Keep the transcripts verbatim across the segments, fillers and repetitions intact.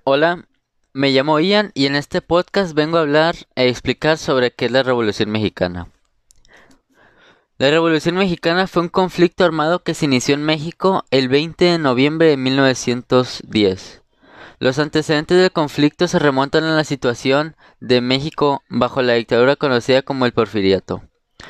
Hola, me llamo Ian y en este podcast vengo a hablar e explicar sobre qué es la Revolución Mexicana. La Revolución Mexicana fue un conflicto armado que se inició en México el veinte de noviembre de mil novecientos diez. Los antecedentes del conflicto se remontan a la situación de México bajo la dictadura conocida como el Porfiriato.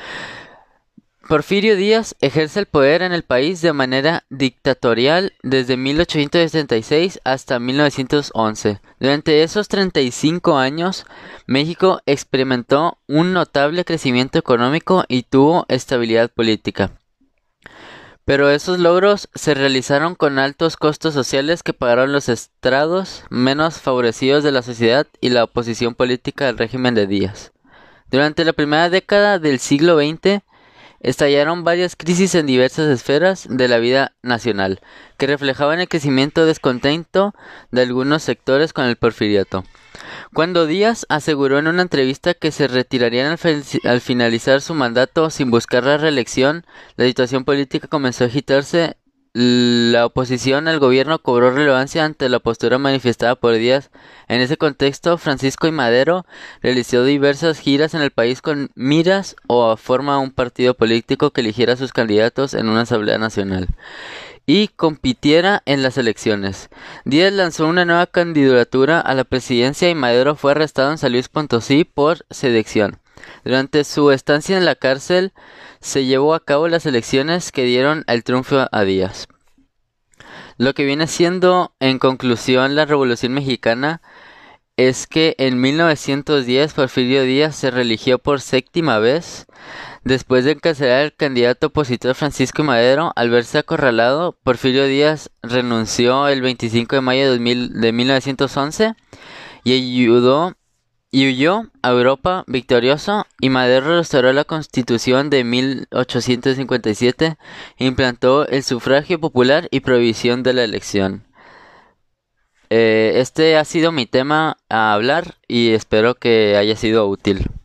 Porfirio Díaz ejerce el poder en el país de manera dictatorial desde mil ochocientos setenta y seis hasta mil novecientos once. Durante esos treinta y cinco años, México experimentó un notable crecimiento económico y tuvo estabilidad política. Pero esos logros se realizaron con altos costos sociales que pagaron los estratos menos favorecidos de la sociedad y la oposición política del régimen de Díaz. Durante la primera década del siglo veinte, estallaron varias crisis en diversas esferas de la vida nacional, que reflejaban el crecimiento descontento de algunos sectores con el porfiriato. Cuando Díaz aseguró en una entrevista que se retirarían al, al finalizar su mandato sin buscar la reelección, la situación política comenzó a agitarse. La oposición al gobierno cobró relevancia ante la postura manifestada por Díaz. En ese contexto, Francisco I. Madero realizó diversas giras en el país con miras o a forma un partido político que eligiera a sus candidatos en una asamblea nacional y compitiera en las elecciones. Díaz lanzó una nueva candidatura a la presidencia y Madero fue arrestado en San Luis Potosí por sedición. Durante su estancia en la cárcel, se llevó a cabo las elecciones que dieron el triunfo a Díaz. Lo que viene siendo, en conclusión, la Revolución Mexicana es que en mil novecientos diez Porfirio Díaz se reeligió por séptima vez. Después de encarcelar al candidato opositor Francisco Madero, al verse acorralado, Porfirio Díaz renunció el veinticinco de mayo de mil novecientos once y ayudó y huyó a Europa victorioso, y Madero restauró la Constitución de mil ochocientos cincuenta y siete e implantó el sufragio popular y prohibición de la elección. Eh, este ha sido mi tema a hablar y espero que haya sido útil.